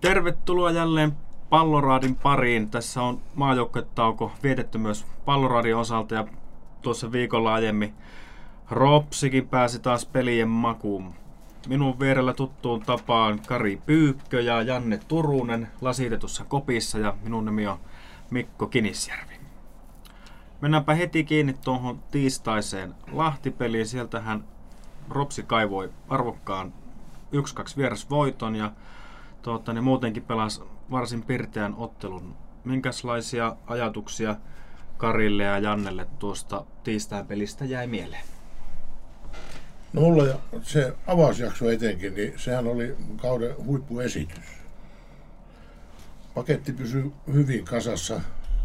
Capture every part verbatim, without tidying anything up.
Tervetuloa jälleen Palloraadin pariin. Tässä on maajoukkuetauko vietetty myös Palloraadin osalta ja tuossa viikolla aiemmin Ropsikin pääsi taas pelien makuun. Minun vierellä tuttuun tapaan Kari Pyykkö ja Janne Turunen lasitetussa kopissa ja minun nimi on Mikko Kinisjärvi. Mennäänpä heti kiinni tuohon tiistaiseen Lahti-peliin. Sieltähän Ropsi kaivoi arvokkaan yksi kaksi vierasvoiton ja tuota, niin muutenkin pelasi varsin pirteän ottelun. Minkälaisia ajatuksia Karille ja Jannelle tuosta tiistain pelistä jäi mieleen? No mulla ja se avausjakso etenkin, niin sehän oli kauden huippuesitys. Paketti pysyi hyvin kasassa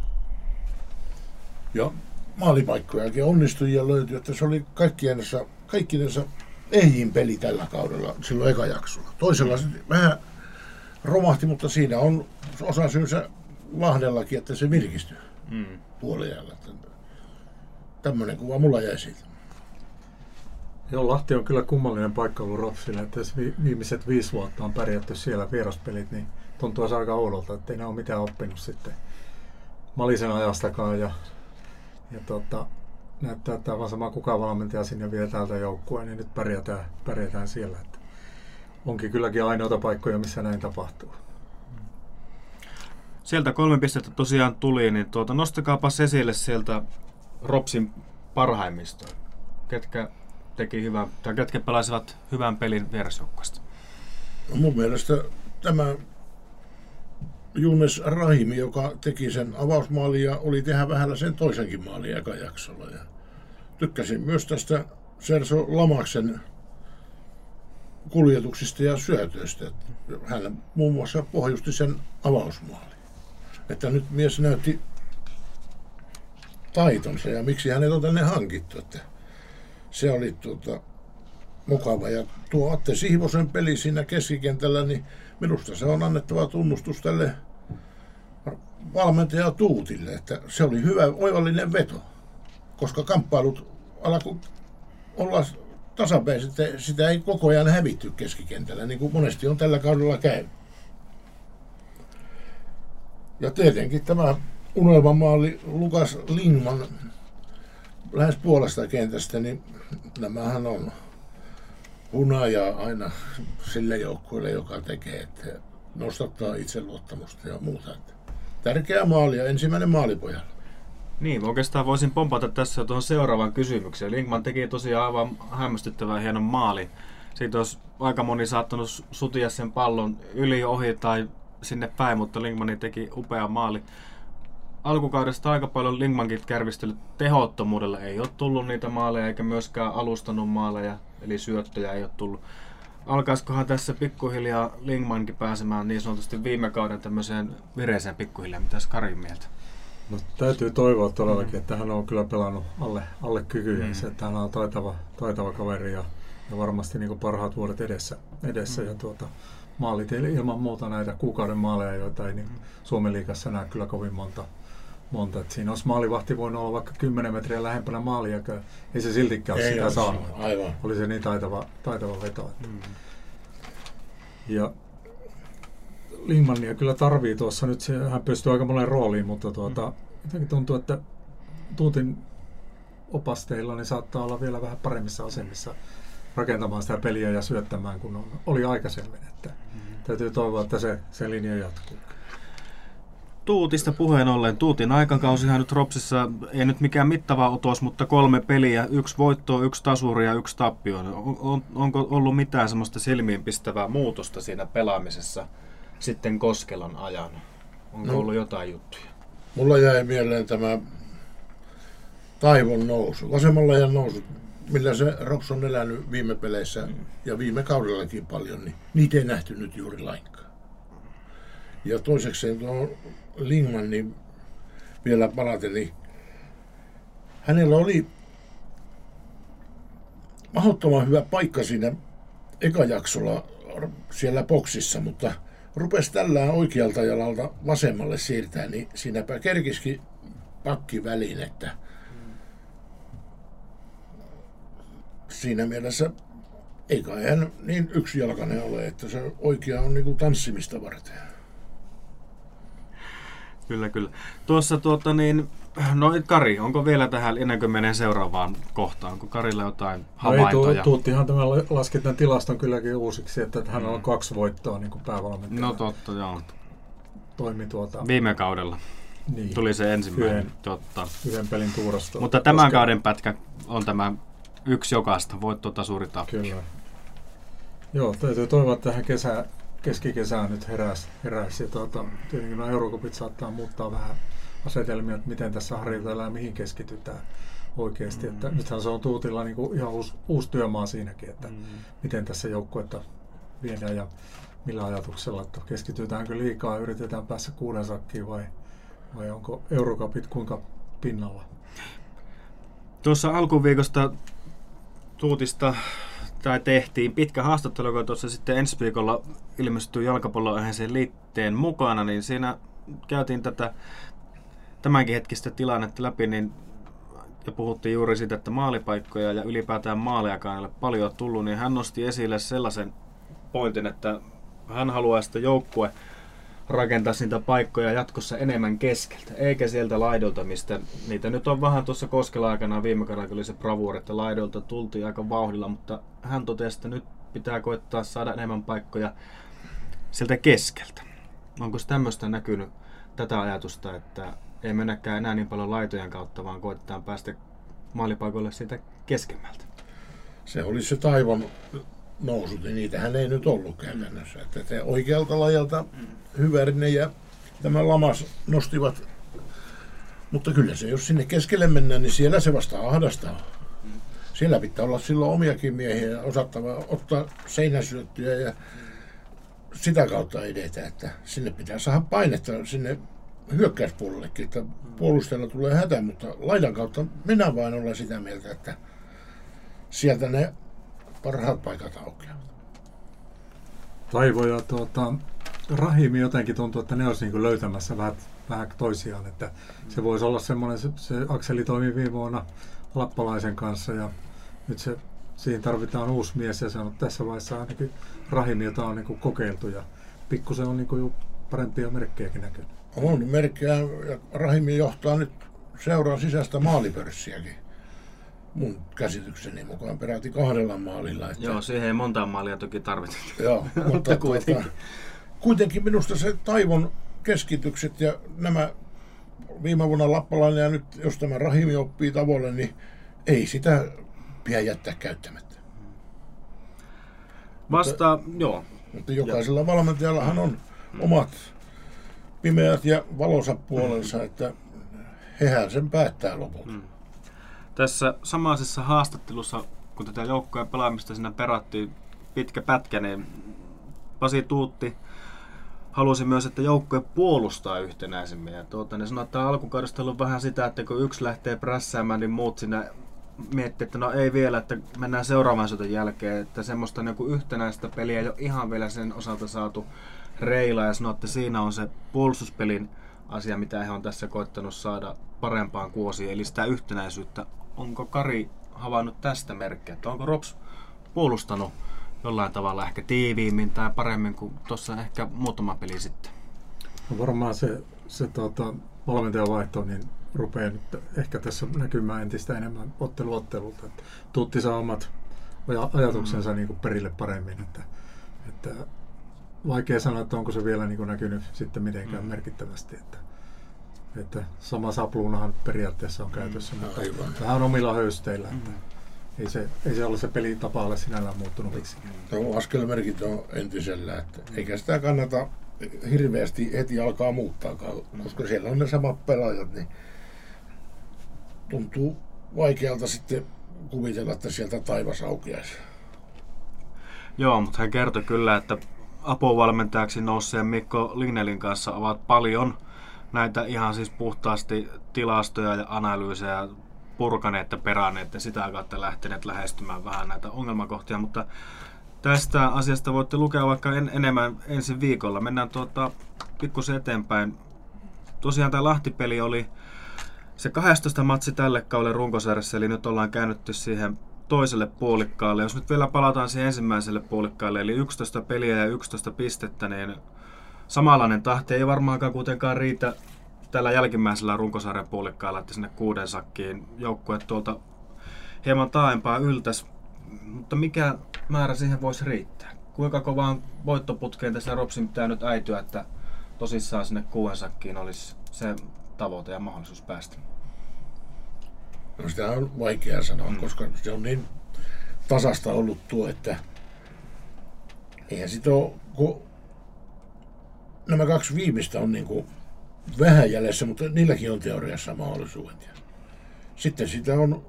ja maalipaikkojakin onnistui ja löytyi, että se oli kaikkiensa, kaikkinensa ehjin peli tällä kaudella silloin eka jaksolla. Toisella se vähän romahti, mutta siinä on osa syynsä Lahdellakin, että se virkistyi mm. puoliajalla. Tämmöinen kuva mulla jäi siitä. Joo, Lahti on kyllä kummallinen paikka ollut Ropsille, että jos viimeiset viisi vuotta on pärjätty siellä vieraspelit, niin tuntuu aika oudolta, että ei ne ole mitään oppinut sitten Malisen ajastakaan. Ja, ja tota, näyttää, että vaan sama kuka valmentaja sinne vie täältä joukkueen, niin nyt pärjätään, pärjätään siellä. Että onkin kylläkin ainoita paikkoja, missä näin tapahtuu. Sieltä kolme pistettä tosiaan tuli, niin tuota, nostakaapas esille sieltä Ropsin parhaimmista. Ketkä teki hyvän, tai ketkä pelasivat hyvän pelin vierasjoukkueesta? No mun mielestä tämä Younes Rahimi, joka teki sen avausmaalin ja oli tehdä vähällä sen toisenkin maalin eka jaksolla. Ja tykkäsin myös tästä Serso Lamaksen kuljetuksista ja syötöistä. Hän muun muassa pohjusti sen avausmaalin. Että nyt mies näytti taitonsa ja miksi hänet on tänne hankittu. Että se oli tuota, mukava. Ja tuo Atte Sihvosen peli siinä keskikentällä, niin minusta se on annettava tunnustus tälle valmentaja Tuutille. Että se oli hyvä, oivallinen veto. Koska kamppailut alkoi olla tasapäin, sitä ei koko ajan hävitty keskikentällä, niin kuin monesti on tällä kaudella käynyt. Ja tietenkin tämä unelmamaali Lukas Lindman lähes puolesta kentästä, niin nämähän on hunajaa aina sille joukkueelle, joka tekee, että nostattaa itseluottamusta ja muuta. Tärkeä maali ja ensimmäinen maalipojalla. Niin, oikeastaan voisin pompata tässä tuohon seuraavaan kysymykseen. Lindman teki tosiaan aivan hämmästyttävän hienon maalin. Siitä olisi aika moni saattanut sutia sen pallon yli, ohi tai sinne päin, mutta Lindman teki upean maali. Alkukaudesta aika paljon Lindmankin kärvistely tehottomuudella. Ei ole tullut niitä maaleja eikä myöskään alustanut maaleja, eli syöttöjä ei ole tullut. Alkaisikohan tässä pikkuhiljaa Lindmankin pääsemään niin sanotusti viime kauden tämmöiseen vireeseen pikkuhiljaa? Mitäs Karin mieltä? No, täytyy toivoa todellakin, että hän on kyllä pelannut alle, alle kykyjensä, mm. että hän on taitava, taitava kaveri ja, ja varmasti niin kuin parhaat vuodet edessä. edessä. Mm. Ja tuota, maalit ilman muuta näitä kuukauden maaleja, joita ei niin Suomen liigassa näe kyllä kovin monta. monta. Et siinä olisi maalivahti voinut olla vaikka kymmenen metriä lähempänä maalia, ei se siltikään ole sitä saanut. Aivan. Oli se niin taitava, taitava veto. Mm. Ja Lindmania kyllä tarvii tuossa nyt, se, hän pystyy aika monen rooliin, mutta tuota, mm. jotenkin tuntuu, että Tuutin opasteilla niin saattaa olla vielä vähän paremmissa asemissa rakentamaan sitä peliä ja syöttämään, kun on, oli aikaisemmin. Että mm. Täytyy toivoa, että se, se linja jatkuu. Tuutista puheen ollen. Tuutin aikakausihan nyt Ropsissa ei nyt mikään mittava otos, mutta kolme peliä, yksi voitto, yksi tasuri ja yksi tappio. On, on, onko ollut mitään semmoista silmiinpistävää muutosta siinä pelaamisessa sitten Koskelan ajan? Onko no, ollut jotain juttuja? Mulla jäi mieleen tämä Taivon nousu, vasemmalla ja nousu, millä se Rops on elänyt viime peleissä mm. ja viime kaudellakin paljon, niin niitä ei nähty nyt juuri lainkaan. Ja toisekseen tuo Lindman, niin vielä palaten, niin hänellä oli mahdottoman hyvä paikka siinä ekajaksolla siellä boksissa, mutta rupesi tällään oikealta jalalta vasemmalle siirtää, niin siinäpä kerkisikin pakki väliin, että siinä mielessä eikä hän niin yksijalkainen ole, että se oikea on niin kuin tanssimista varten. Kyllä, kyllä. Tuossa tuota niin, no Kari, onko vielä tähän ennen kuin menee seuraavaan kohtaan? Onko Karilla jotain havaintoja? No ei, Tuuttihan tämän laski tämän tilaston kylläkin uusiksi, että hän on mm. kaksi voittoa niin kuin päävalmentaja. No totta, joo. Toimi tuota... Viime kaudella niin. Tuli se ensimmäinen. Yhden, totta. Yhden pelin tuurasta. Mutta tämän koska... kauden pätkä on tämä yksi jokaista voittoa suuri tappio. Kyllä. Joo, täytyy toivoa, että tähän kesä, keskikesään nyt heräsi. heräsi. Ja tuota, tietenkin nuo Eurocupit saattaa muuttaa vähän asetelmia, että miten tässä harjoitellaan ja mihin keskitytään oikeasti. Mm. Että nythän se on Tuutilla niin kuin ihan uusi, uusi työmaa siinäkin, että mm. miten tässä joukkuetta viedään ja millä ajatuksella, että keskitytäänkö liikaa ja yritetään päässä kuuden sakkiin vai, vai onko Eurocupit kuinka pinnalla? Tuossa alkuviikosta Tuutista tai tehtiin pitkä haastattelu, joka tuossa sitten ensi viikolla ilmestyy jalkapalloaiheeseen liitteen mukana, niin siinä käytiin tätä tämänkin hetkistä tilannetta läpi, niin, ja puhuttiin juuri siitä, että maalipaikkoja ja ylipäätään maalejakaan ei ole paljon tullut, niin hän nosti esille sellaisen pointin, että hän haluaa sitä joukkue rakentaa niitä paikkoja jatkossa enemmän keskeltä, eikä sieltä laidolta, mistä niitä nyt on vähän tuossa Koskela aikana viime kerralla, oli se bravuuri, että laidolta tultiin aika vauhdilla, mutta hän totesi, että nyt pitää koettaa saada enemmän paikkoja sieltä keskeltä. Onko tämmöistä näkynyt, tätä ajatusta, että ei mennäkään enää niin paljon laitojen kautta, vaan koetetaan päästä maalipaikoille siitä keskemmältä? Se oli se Taivon nousu, niin niitähän ei nyt ollut käytännössä. Että te oikealta lajalta Hyvärinen ja tämä Lamas nostivat, mutta kyllä se, jos sinne keskelle mennään, niin siellä se vasta ahdastaa. Siellä pitää olla silloin omiakin miehiä ja osattava ottaa seinäsyöttyjä ja sitä kautta edetä, että sinne pitää saada painetta sinne hyökkäyspuolellekin, että puolustajalla tulee hätä, mutta laidan kautta minä vain olen sitä mieltä, että sieltä ne parhaat paikat aukeavat. Taivo ja tuota, Rahimi jotenkin tuntuu, että ne olisi niin kuin löytämässä vähän, vähän toisiaan. Että se voisi olla semmoinen, se, se akseli toimi viime vuonna Lappalaisen kanssa ja nyt se, siihen tarvitaan uusi mies ja se on tässä vaiheessa ainakin Rahimi, jota on niin kuin kokeiltu ja pikkusen on niin kuin jo parempia merkkejäkin näkynyt. On merkkejä ja Rahimi johtaa nyt seuraa sisäistä maalipörssiäkin. Mun käsitykseni mukaan peräti kahdella maalilla. Että... Joo, siihen ei montaa maalia toki tarvita. Joo, mutta kuitenkin. Tuota, kuitenkin minusta se Taivon keskitykset ja nämä viime vuonna Lappalainen ja nyt jos tämä Rahimi oppii tavoille, niin ei sitä pidä jättää käyttämättä. Vasta, mutta, joo. Mutta jokaisella ja. valmentajallahan on mm. omat pimeät ja valonsa puolensa, mm. että hehän sen päättää lopulta. Mm. Tässä samaisessa haastattelussa, kun tätä joukkojen pelaamista siinä perattiin pitkä pätkä, niin Pasi Tuutti halusi myös, että joukkue puolustaa yhtenäisemmin. Ja tuota, ne sanoi, että alkukaudesta on ollut vähän sitä, että kun yksi lähtee prässäämään, niin muut siinä miettii, että no ei vielä, että mennään seuraavan soten jälkeen. Että semmoista niin kuin yhtenäistä peliä ei ole ihan vielä sen osalta saatu reilaa. Ja sanoi, että siinä on se puolustuspelin asia, mitä he on tässä koittanut saada parempaan kuosiin, eli sitä yhtenäisyyttä. Onko Kari havainnut tästä merkkejä, että onko Rops puolustanut jollain tavalla ehkä tiiviimmin tai paremmin kuin tuossa ehkä muutama peli sitten? No varmaan se, se tuota, valmentajavaihto niin rupeaa nyt ehkä tässä näkymään entistä enemmän otteluottelulta. Tuutti saa omat ajatuksensa mm. niin kuin perille paremmin. Että, että vaikea sanoa, että onko se vielä niin kuin näkynyt sitten mitenkään mm. merkittävästi. Että, että sama sapluunahan periaatteessa on käytössä, mm. mutta aivan. Vähän omilla höysteillä. Mm. Että ei, se, ei se ole se pelitapa ole sinällään muuttunut miksikään. No, askelmerkit on entisellä, että eikä sitä kannata hirveästi heti alkaa muuttaakaan, koska siellä on ne samat pelaajat, niin tuntuu vaikealta sitten kuvitella, että sieltä taivas aukeaisi. Joo, mutta hän kertoi kyllä, että apuvalmentajaksi nousseen Mikko Lignelin kanssa ovat paljon näitä ihan siis puhtaasti tilastoja ja analyysejä purkaneet ja peranneet ja sitä kautta lähteneet lähestymään vähän näitä ongelmakohtia, mutta tästä asiasta voitte lukea vaikka en, enemmän ensi viikolla. Mennään tuota, pikkusen eteenpäin. Tosiaan tämä Lahti-peli oli se kahdestoista matsi tälle kaudelle runkosarjassa, eli nyt ollaan käännytty siihen toiselle puolikkaalle. Jos nyt vielä palataan siihen ensimmäiselle puolikkaalle, eli yksitoista peliä ja yksitoista pistettä, niin samanlainen tahti ei varmaankaan kuitenkaan riitä tällä jälkimmäisellä runkosarjan puolikkaalla, että sinne kuuden sakkiin joukkueet tuolta hieman taaempaa yltäisi. Mutta mikä määrä siihen voisi riittää? Kuinka kovaan voittoputkeen tässä Ropsin pitää nyt äityä, että tosissaan sinne kuuden sakkiin olisi se tavoite ja mahdollisuus päästä? No sitä on vaikea sanoa, mm. koska se on niin tasasta ollut tuo, että eihän sit ole, kun nämä kaksi viimeistä on niin kuin vähän jäljessä, mutta niilläkin on teoriassa mahdollisuudet. Sitten sitä on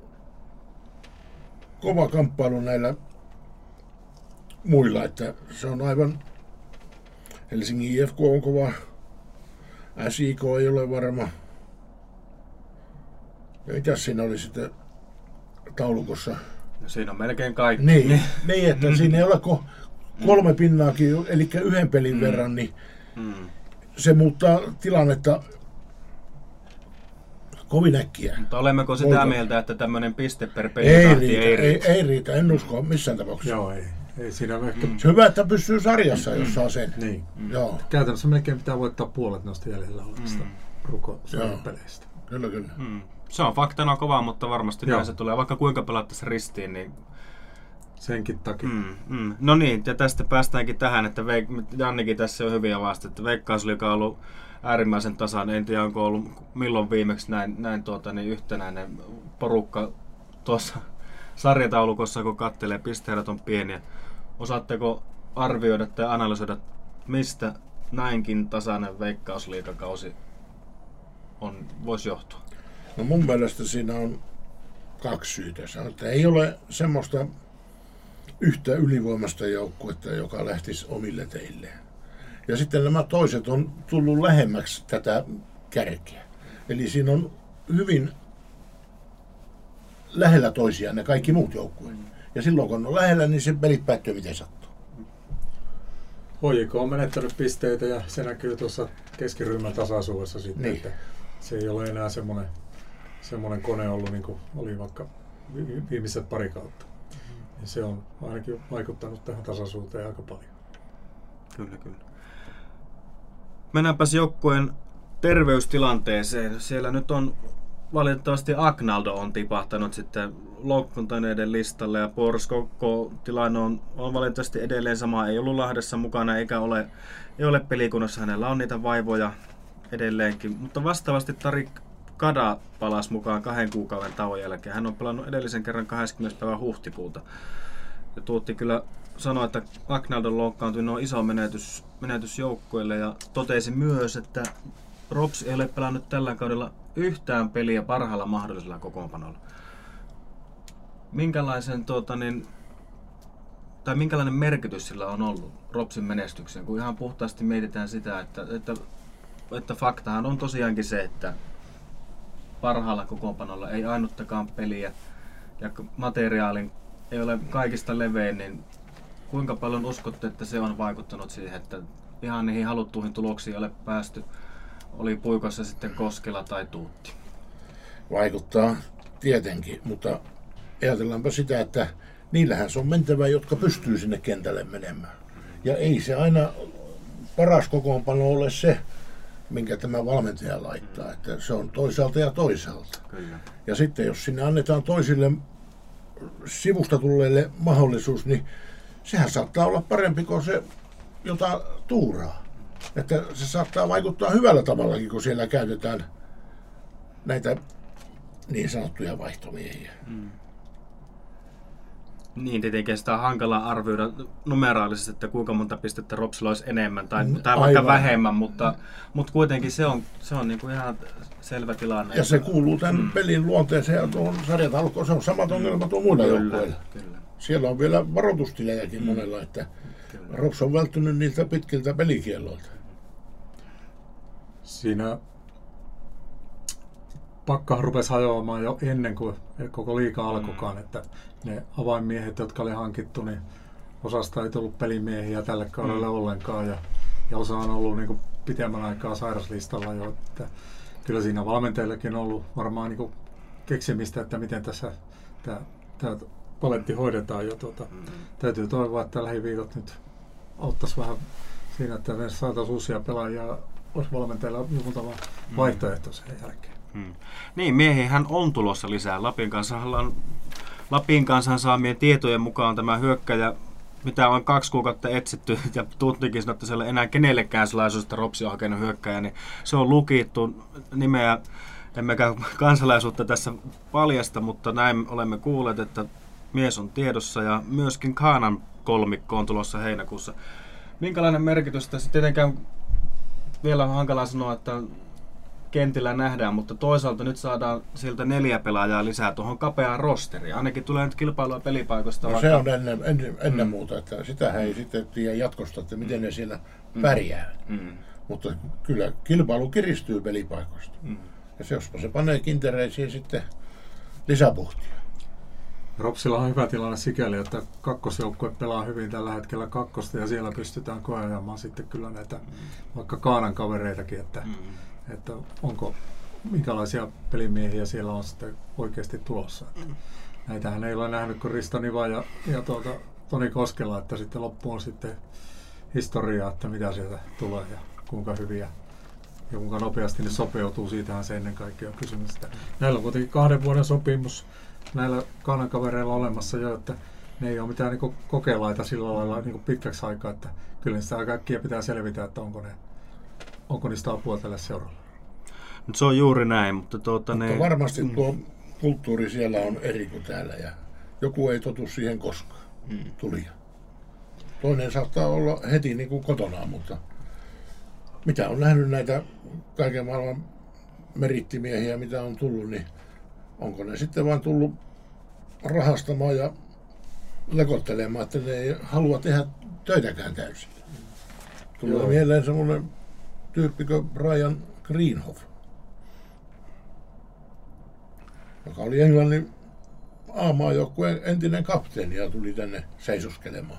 kova kamppailu näillä muilla, että se on aivan Helsingin I F K on kova, S I K ei ole varma. Ja mitäs siinä oli sitten taulukossa? No siinä on melkein kaikki. Niin, niin että siinä ei ole ko- kolme pinnaakin, eli yhden pelin mm. verran, niin mm. se muuttaa tilannetta kovin äkkiä. Mutta olemmeko sitä Voiko? mieltä, että tämmöinen piste per peli ei riitä, ei riitä? Ei, ei riitä, en usko missään tapauksessa. Joo, ei. ei siinä on ehkä... mm. Se on hyvä, että pysyy sarjassa, mm. jos saa sen. Niin. Mm. Joo. Käytännössä melkein pitää voittaa puolet noista jäljellä olevista mm. ruko-peleistä. Kyllä, kyllä. Mm. Se on faktana kova, mutta varmasti näin se tulee. Vaikka kuinka pelattaisiin ristiin, niin... Senkin takia. Mm, mm. No niin, ja tästä päästäänkin tähän, että Veik- Jannikin tässä on hyviä vasta, että Veikkausliiga on ollut äärimmäisen tasainen. En tiedä, onko ollut milloin viimeksi näin, näin tuota, niin yhtenäinen porukka tuossa sarjataulukossa, kun katselee, pisteerät on pieniä. Osaatteko arvioida tai analysoida, mistä näinkin tasainen Veikkausliigakausi on, voisi johtua? No mun mielestä siinä on kaksi syytä. Sanotaan, että ei ole semmoista yhtä ylivoimasta joukkuetta, joka lähtisi omille teilleen. Ja sitten nämä toiset on tullut lähemmäksi tätä kärkeä. Eli siinä on hyvin lähellä toisiaan ne kaikki muut joukkueet. Ja silloin kun on lähellä, niin se pelit päättyy miten sattuu. H J K on menettänyt pisteitä ja se näkyy tuossa keskiryhmän tasaisuudessa sitten, niin. Että se ei ole enää semmoinen, semmoinen kone ollut niin kuin oli vaikka viimeiset pari kautta. Ja se on ainakin vaikuttanut tähän tasaisuuteen aika paljon. Kyllä, kyllä. Mennäänpäs joukkueen terveystilanteeseen. Siellä nyt on valitettavasti Agnaldo on tipahtanut sitten loukkaantuneiden listalle ja Porskokko tilanne on, on valitettavasti edelleen sama. Ei ollut Lahdessa mukana eikä ole, ei ole pelikunnassa. Hänellä on niitä vaivoja edelleenkin. Mutta vastaavasti Tarik Kada palasi mukaan kahden kuukauden tauon jälkeen. Hän on pelannut edellisen kerran kahdeskymmenes päivä huhtikuuta. Ja tuotti kyllä sanoa, että Agnaldon loukkaantuminen on iso menetys, menetys joukkueelle ja totesi myös, että Rops ei ole pelannut tällä kaudella yhtään peliä parhaalla mahdollisella kokoonpanolla. Minkälaisen, tuota, niin, tai minkälainen merkitys sillä on ollut Ropsin menestykseen, kun ihan puhtaasti mietitään sitä, että, että, että faktahan on tosiaankin se, että parhaalla kokoonpanolla ei ainuttakaan peliä ja materiaalin ei ole kaikista levein, niin kuinka paljon uskotte, että se on vaikuttanut siihen, että ihan niihin haluttuihin tuloksiin ei ole päästy? Oli puikossa sitten Koskela tai Tuutti? Vaikuttaa tietenkin, mutta ajatellaanpa sitä, että niillähän se on mentävä, jotka pystyy sinne kentälle menemään. Ja ei se aina paras kokoonpano ole se, minkä tämä valmentaja laittaa. Että se on toisaalta ja toisaalta. Kyllä. Ja sitten jos sinne annetaan toisille sivusta tulleille mahdollisuus, niin sehän saattaa olla parempi kuin se, jota tuuraa. Että se saattaa vaikuttaa hyvällä tavallakin, kun siellä käytetään näitä niin sanottuja vaihtomiehiä. Mm. Niin, tietenkin sitä on hankala arvioida numeraalisesti, että kuinka monta pistettä Ropsilla olisi enemmän tai, mm, tai vaikka vähemmän, mutta, mutta kuitenkin se on, se on niin kuin ihan selvä tilanne. Ja se kuuluu tämän mm. pelin luonteeseen ja tuohon sarjataulukkoon. Se on samat ongelmat kuin muilla joukkueilla. Siellä on vielä varoitustilejäkin mm. monella, että kyllä. Rops on välttynyt niiltä pitkiltä pelikielloilta. Siinä pakkahan rupesi hajoamaan jo ennen kuin koko liiga alkukaan, mm. että ne avainmiehet, jotka oli hankittu, niin osasta ei tullut pelimiehiä tälle kaudelle mm. ollenkaan ja, ja osa on ollut niin kuin pitemmän aikaa sairaslistalla jo. Että kyllä siinä valmentajillekin on ollut varmaan niin kuin keksimistä, että miten tässä tämä, tämä paletti hoidetaan jo. Tuota, mm. Täytyy toivoa, että lähiviikot nyt auttaisi vähän siinä, että me saataisiin uusia pelaajia, olisi valmentajilla joku mm. vaihtoehto sen jälkeen. Hmm. Niin, miehihän on tulossa lisää. Lapin kanssa on, Lapin kanssa saamien tietojen mukaan tämä hyökkäjä, mitä on kaksi kuukautta etsitty, ja Tuttikin sanoi, että siellä ei enää kenellekään sellaisuudesta Ropsi on hakenut hyökkäjä, niin se on lukittu nimeä, emmekä kansalaisuutta tässä paljasta, mutta näin olemme kuulleet, että mies on tiedossa, ja myöskin Kaanan kolmikko on tulossa heinäkuussa. Minkälainen merkitys tässä tietenkään vielä on hankalaa sanoa, että kentillä nähdään, mutta toisaalta nyt saadaan sieltä neljä pelaajaa lisää tuohon kapeaan rosteriin. Ainakin tulee nyt kilpailua pelipaikoista. No vaikka... se on ennen, ennen, ennen mm. muuta, että sitähän ei sitten tiedä jatkosta, että miten ne siellä pärjää. Mm. Mutta kyllä kilpailu kiristyy pelipaikoista. Mm. Ja se, jospa se panee kintereisiin sitten lisäpuhtia. Ropsilla on hyvä tilanne sikäli, että kakkosjoukkue pelaa hyvin tällä hetkellä kakkosta ja siellä pystytään koeajamaan sitten kyllä näitä mm. vaikka Kaanan kavereitakin, että mm. että onko, minkälaisia pelimiehiä siellä on sitten oikeasti tulossa. Mm. Näitähän ei ole nähnyt kuin Risto Niva ja, ja tuota, Toni Koskela, että sitten loppu on sitten historiaa, että mitä sieltä tulee ja kuinka hyviä ja kuinka nopeasti ne sopeutuu. Siitähän se ennen kaikkea on kysymys. Näillä on kuitenkin kahden vuoden sopimus näillä Kaanan kavereilla olemassa jo, että ne ei ole mitään niin kokeilaita sillä lailla niin pitkäksi aikaa, että kyllä sitä kaikkia pitää selvitä, että onko ne Onko niistä apua tälle seuralle? Nyt se on juuri näin, mutta, tuota, mutta ne... varmasti tuo kulttuuri siellä on eri kuin täällä ja joku ei totu siihen koskaan. Mm. Tulija. Toinen saattaa olla heti niin kuin kotonaan, mutta mitä on nähnyt näitä kaiken maailman merittimiehiä, mitä on tullut, niin onko ne sitten vaan tullut rahastamaan ja lekottelemaan, että ne ei halua tehdä töitäkään täysin. Tulee Joo. mieleen semmoinen tyyppikö Brian Greenhoff, joka oli Englannin A-maajoukkueen entinen kapteeni ja tuli tänne seisoskelemaan.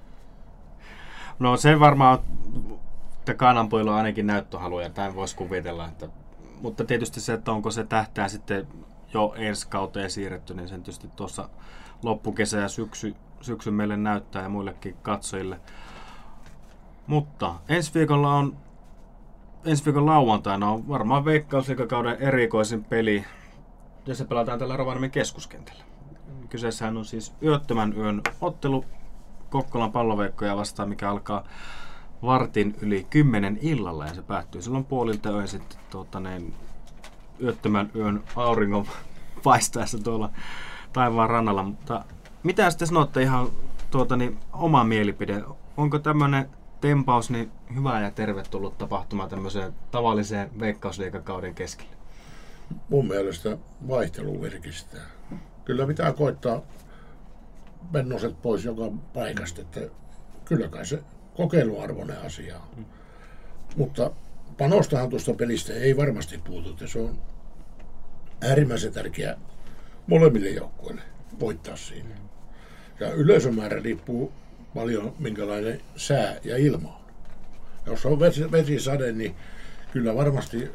No se varmaan, että Kaanan pojilla on ainakin näyttöhaluja, tämän voisi kuvitella. Että, mutta tietysti se, että onko se tähtää sitten jo ensi kauteen siirretty, niin sen tietysti tuossa loppukesä ja syksy, syksy meille näyttää ja muillekin katsojille. Mutta ensi viikolla on Ensi viikon lauantaina on varmaan Veikkausliigakauden erikoisin peli, ja se pelataan tällä Rovaniemen keskuskentällä. Kyseessähän on siis yöttömän yön ottelu Kokkolan Palloveikkoja vastaan, mikä alkaa vartin yli kymmenen illalla, ja se päättyy silloin puolilta yön sitten tuota, niin, yöttömän yön auringon paistaessa tuolla taivaan rannalla. Mutta mitä sitten sanotte ihan tuota, niin, oma mielipide? Onko tämmöinen tempaus niin hyvä ja tervetullut tapahtuma tämmöiseen tavalliseen Veikkausliigakauden keskelle? Mun mielestä vaihtelu virkistää. Kyllä pitää koittaa pennoset pois joka paikasta, että kyllä kai se kokeiluarvoinen asia on. Mm. Mutta panostahan tuosta pelistä ei varmasti puutu, että se on äärimmäisen tärkeää molemmille joukkueille voittaa siinä. Mm. Ja yleisömäärä riippuu paljon minkälainen sää ja ilma on. Jos on vesisade, niin kyllä varmasti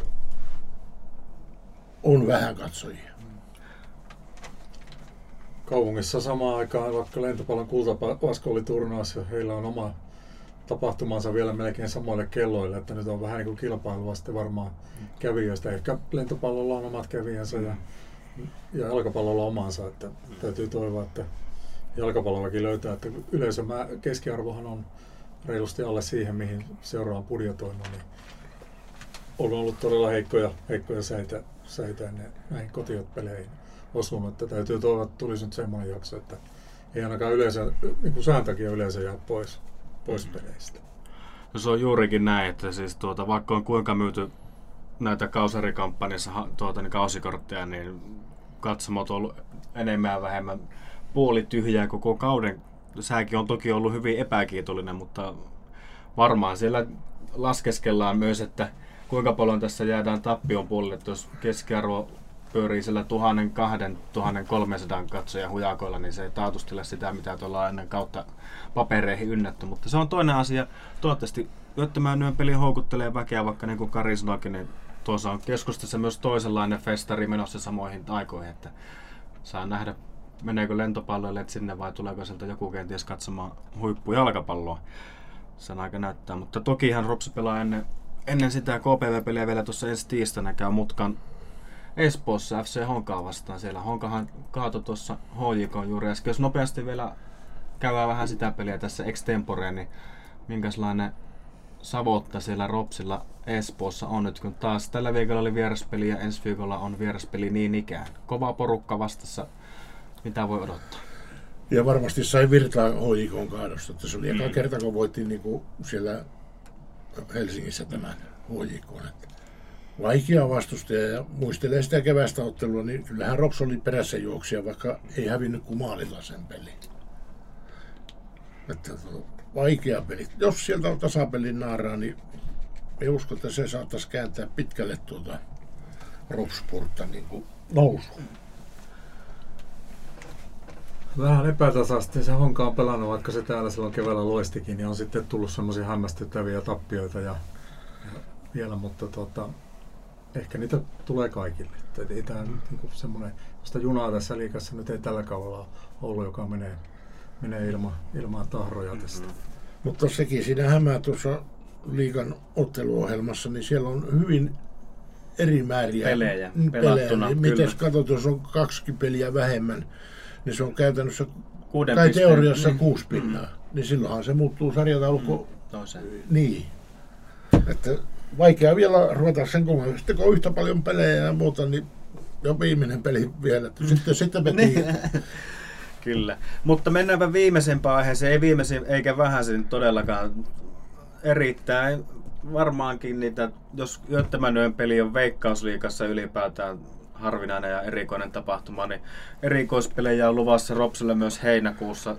on vähän katsojia. Kaupungissa samaan aikaan, vaikka lentopallon kultapaskoliturnaus, heillä on oma tapahtumansa vielä melkein samoille kelloille, että nyt on vähän niin kuin kilpailua sitten varmaan kävijöistä. Ehkä lentopallolla on omat kävijänsä ja, ja jalkapallolla omansa, että täytyy toivoa, että jalkapallollakin löytää, että yleisön keskiarvohan on reilusti alle siihen, mihin seura on budjetoinut, niin on ollut todella heikkoja, heikkoja säitä, säitä ennen näihin kotiotpeleihin osunut, että täytyy toivoa, että tulisi nyt semmoinen jakso, että ei ainakaan yleensä, niin kuin sään takia yleensä jää pois, pois peleistä. No se on juurikin näin, että siis tuota, vaikka on kuinka myyty näitä kausarikampanjassa tuota, niin kausikortteja, niin katsomot on ollut enemmän ja vähemmän puoli tyhjää koko kauden. Sääkin on toki ollut hyvin epäkiitollinen, mutta varmaan siellä laskeskellaan myös, että kuinka paljon tässä jäädään tappion puolelle, että jos keskiarvo pyörii siellä tuhatkaksisataa–tuhatkolmesataa katsoja hujakoilla, niin se ei taatustele sitä, mitä tuolla ennen kautta papereihin ynnätty. Mutta se on toinen asia. Toivottavasti yöttömän yön peli houkuttelee väkeä, vaikka niin kuin Kari sanoikin, niin tuossa on keskustassa myös toisenlainen festari menossa samoihin aikoihin, että saa nähdä meneekö lentopalloille sinne vai tuleeko sieltä joku kenties katsomaan huippujalkapalloa. Se on aika näyttää, mutta tokihan Ropsi pelaa ennen, ennen sitä K P V-peliä vielä tuossa ensi tiistaina käy mutkan Espoossa F C Honkaa vastaan. Siellä Honkahan kaatoi tuossa H J K juuri äsken. Jos nopeasti vielä käydään vähän sitä peliä tässä extemporeen, niin minkälainen savotta siellä Ropsilla Espoossa on nyt, kun taas tällä viikolla oli vieraspeli ja ensi viikolla on vieraspeli niin ikään. Kova porukka vastassa. Mitä voi odottaa? Ja varmasti sai virtaa H J K:n kaadosta. Että se oli eka mm. kerta, kun voitti niin kuin siellä Helsingissä tämän H J K:n. Vaikea vastustaja ja muistelee sitä kevästä ottelua, niin kyllähän Rops oli perässä juoksia, vaikka ei hävinnyt kuin maalilla sen peli. Että vaikea peli. Jos sieltä on tasapelin naaraa, niin me uskon, että se saattaisi kääntää pitkälle tuota Rops-purtta niin kuin nousuun. Vähän epätasaisesti se Honka on pelannut, vaikka se täällä silloin keväällä loistikin, niin on sitten tullut semmoisia hämmästyttäviä tappioita ja, ja vielä, mutta tota, ehkä niitä tulee kaikille. Että ei tämä niin semmoinen, sitä junaa tässä liigassa nyt ei tällä kaudella ollut, joka menee, menee ilman, ilman tahroja tästä. Mm-hmm. Mutta sekin siinä hämää tuossa liigan otteluohjelmassa, niin siellä on hyvin eri määriä pelejä, pelattuna. Niin miten katsot, jos on kaksi peliä vähemmän, niin se on käytännössä Kuuden tai pisteen, teoriassa niin. kuusi pinnaa. Mm. Niin silloinhan se muuttuu sarjataulukko. Mm. Niin. Että vaikea vielä ruveta sen kummemmin. Sitten kun on yhtä paljon pelejä ja muuta, niin jo viimeinen peli vielä. Sitten, sitten veti. Kyllä. Mutta mennäänpä viimeisempään aiheeseen. Ei viimeisin eikä vähäisin todellakaan. Erittäin varmaankin niitä, jos Götterman yön peli on Veikkausliigassa ylipäätään harvinainen ja erikoinen tapahtuma, niin erikoispelejä on luvassa Ropsille myös heinäkuussa.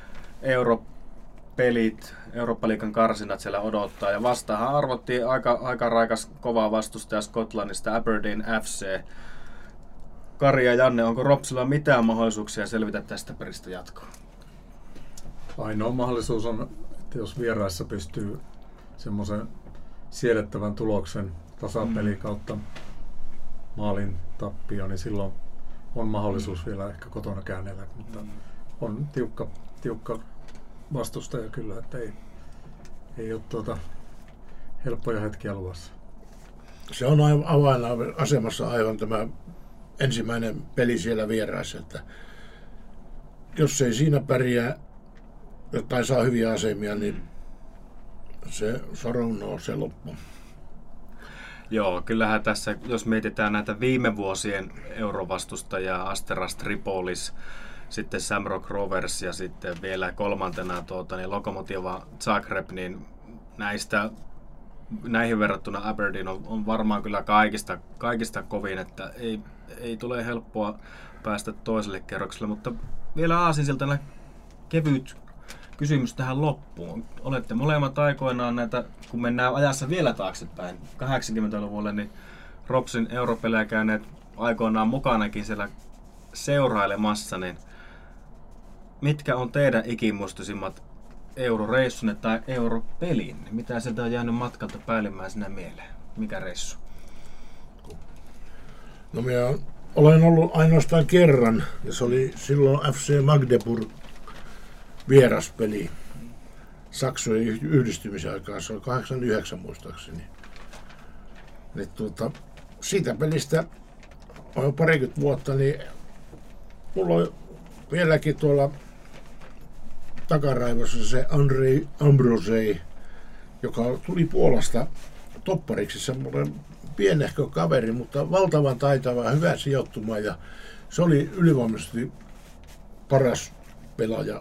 Europelit, Eurooppa-liigan karsinat siellä odottaa. Ja vastaahan arvottiin aika, aika raikas kovaa vastustaja Skotlannista, Aberdeen F C. Kari ja Janne, onko Ropsilla mitään mahdollisuuksia selvitä tästä peristä jatkoon? Ainoa mahdollisuus on, että jos vieraissa pystyy semmoisen siedettävän tuloksen tasapeli kautta maalin tappio, niin silloin on mahdollisuus vielä ehkä kotona käänneellä, mutta on tiukka, tiukka vastustaja kyllä, että ei, ei ole tuota helppoja hetkiä luvassa. Se on avainasemassa aivan tämä ensimmäinen peli siellä vieraissa, että jos ei siinä pärjää tai saa hyviä asemia, niin se sorunnoo se loppu. Joo, kyllähän tässä, jos mietitään näitä viime vuosien eurovastustajaa, Asteras Tripolis, sitten Shamrock Rovers ja sitten vielä kolmantena tuota, niin Lokomotiva Zagreb, niin näistä, näihin verrattuna Aberdeen on, on varmaan kyllä kaikista, kaikista kovin, että ei, ei tule helppoa päästä toiselle kerrokselle, mutta vielä aasinsiltana kevyt kysymys tähän loppuun. Olette molemmat aikoinaan näitä, kun mennään ajassa vielä taaksepäin, kahdeksankymmentäluvulle, niin Ropsin europelejä käyneet aikoinaan mukanakin siellä seurailemassa, niin mitkä on teidän ikimuistoisimmat euroreissunne tai europelin? Mitä sieltä on jäänyt matkalta päällimmäisenä mieleen? Mikä reissu? No minä olen ollut ainoastaan kerran, ja se oli silloin F C Magdeburg vieraspeli Saksojen yhdistymisen aikaa, se oli kahdeksankymmentäyhdeksän muistaakseni. Niin tuota, siitä pelistä on jo parikymmentä vuotta, niin mulla on vieläkin tuolla takaraivossa se Andrei Ambrosei, joka tuli Puolasta toppariksi, semmoinen pienehkö kaveri, mutta valtavan taitava, hyvä sijoittuma, ja se oli ylivoimaisesti paras pelaaja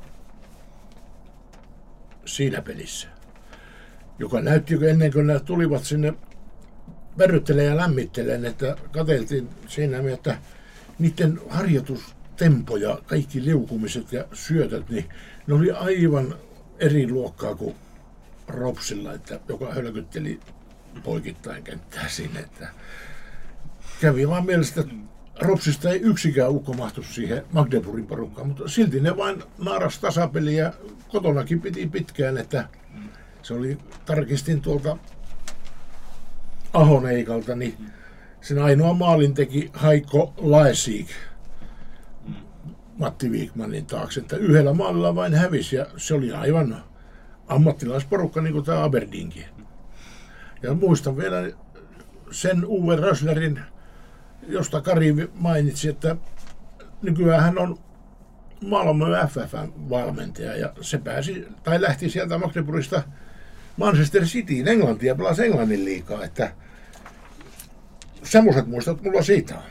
siinä pelissä, joka näytti ennen kuin ne tulivat sinne verryttelemään ja lämmittelemään, että katseltiin siinä, että niiden harjoitustempoja, kaikki liukumiset ja syötöt, niin ne oli aivan eri luokkaa kuin Ropsilla, että joka hölkytteli poikittain kenttää sinne. Että kävi vaan mielestä, että Ropsista ei yksikään ukko mahtu siihen Magdeburgin porukkaan, mutta silti ne vain naaras tasapeliä ja kotonakin piti pitkään, että se oli, tarkistin tuolta Ahoneikalta, niin sen ainoa maalin teki Haikko Laesik Matti Wikmanin taakse, että yhdellä maalilla vain hävisi ja se oli aivan ammattilaisporukka niin kuin tämä Aberdeenkin. Ja muistan vielä sen Uwe Rösslerin, josta Kari mainitsi, että nykyään hän on Malmö F F-valmentaja ja se pääsi, tai lähti sieltä Magdeburgista Manchester Cityin Englantiin ja pelasi Englannin liigaa, että semmoiset muistot mulla siitä on.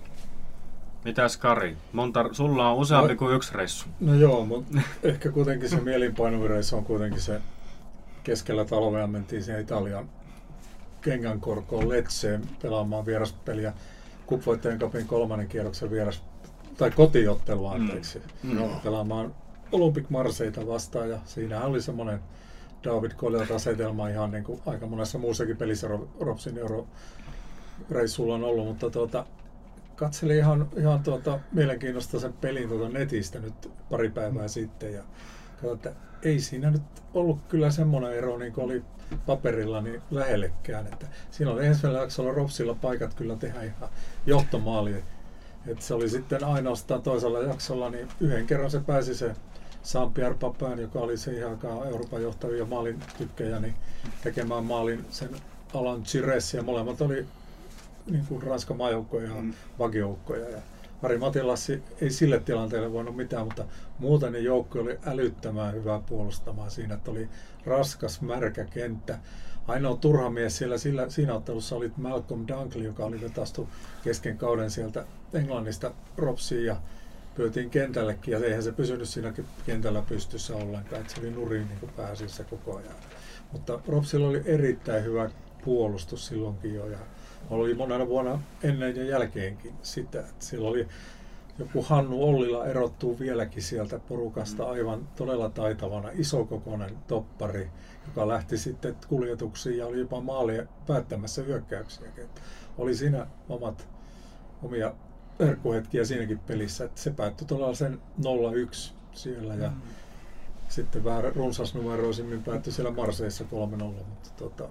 Mitäs Kari? Monta, sulla on useampi no, kuin yksi reissu. No joo, mutta ehkä kuitenkin se mielinpainuvin reissu on kuitenkin se keskellä talvea mentiin siihen Italian Kengänkorkoon Letseen pelaamaan vieraspeliä Cupvoittajien cupin kolmannen kierroksen vieras, tai kotiottelua anteeksi, mm. no. pelaamaan Olympic Marseillea vastaan ja siinä oli semmoinen David Kodelta asetelma ihan niin kuin aika monessa muussakin pelissä Ropsin euroreissulla on ollut, mutta tuota, katselin ihan, ihan tuota, mielenkiinnosta sen pelin tuota netistä nyt pari päivää mm. sitten ja katsoin, että ei siinä nyt ollut kyllä semmoinen ero niin kuin oli paperilla niin lähellekään, että siinä oli ensimmäisellä jaksolla Ropsilla paikat kyllä tehdä ihan johtomaali. Et se oli sitten ainoastaan toisella jaksolla, niin yhden kerran se pääsi se Jean-Pierre Papin, joka oli se ihan Euroopan johtavia maalin tykkejä, niin tekemään maalin sen Alan Chires, ja molemmat oli niin kuin Ranskan maajoukkoja ja mm. vakijoukkoja. Ja Ari Matilassi ei sille tilanteelle voinut mitään, mutta muuten ne joukko oli älyttömän hyvää puolustamaan siinä, että oli raskas, märkä kenttä. Ainoa turha mies siellä sillä, siinä ottelussa oli Malcolm Dunkley, joka oli vetastu kesken kauden sieltä Englannista Ropsiin ja pyytiin kentällekin ja eihän se pysynyt siinä kentällä pystyssä ollenkaan, että se oli nurin niin pääsissä koko ajan. Mutta Ropsilla oli erittäin hyvä puolustus silloinkin jo ja oli monena vuonna ennen ja jälkeenkin sitä, että siellä oli joku Hannu Ollila erottuu vieläkin sieltä porukasta aivan todella taitavana, isokokoinen toppari, joka lähti sitten kuljetuksiin ja oli jopa maalia päättämässä hyökkäyksiä. Oli siinä omat, omia herkkuhetkiä siinäkin pelissä, että se päättyi todella sen nolla yksi siellä ja mm. sitten vähän runsasnumeroisimmin päättyi siellä Marseissa kolme nolla, mutta tota,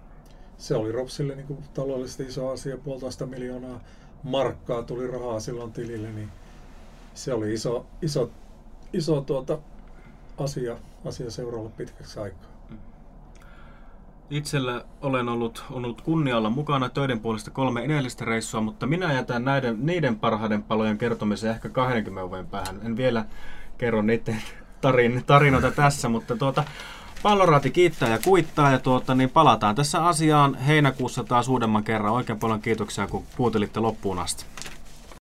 se oli Ropsille niin kuin taloudellisesti iso asia, puolitoista miljoonaa markkaa tuli rahaa silloin tilille, niin se oli iso, iso, iso tuota asia, asia seuraavalle pitkäksi aikaa. Itsellä olen ollut, on ollut kunnia olla mukana töiden puolesta kolme edellistä reissua, mutta minä jätän näiden, niiden parhaiden palojen kertomisen ehkä kaksikymmentä vuoden päähän. En vielä kerro niiden tarin, tarinoita tässä, mutta tuota, Palloraati kiittää ja kuittaa ja tuota, niin palataan tässä asiaan heinäkuussa taas uudemman kerran. Oikein paljon kiitoksia, kun kuuntelitte loppuun asti.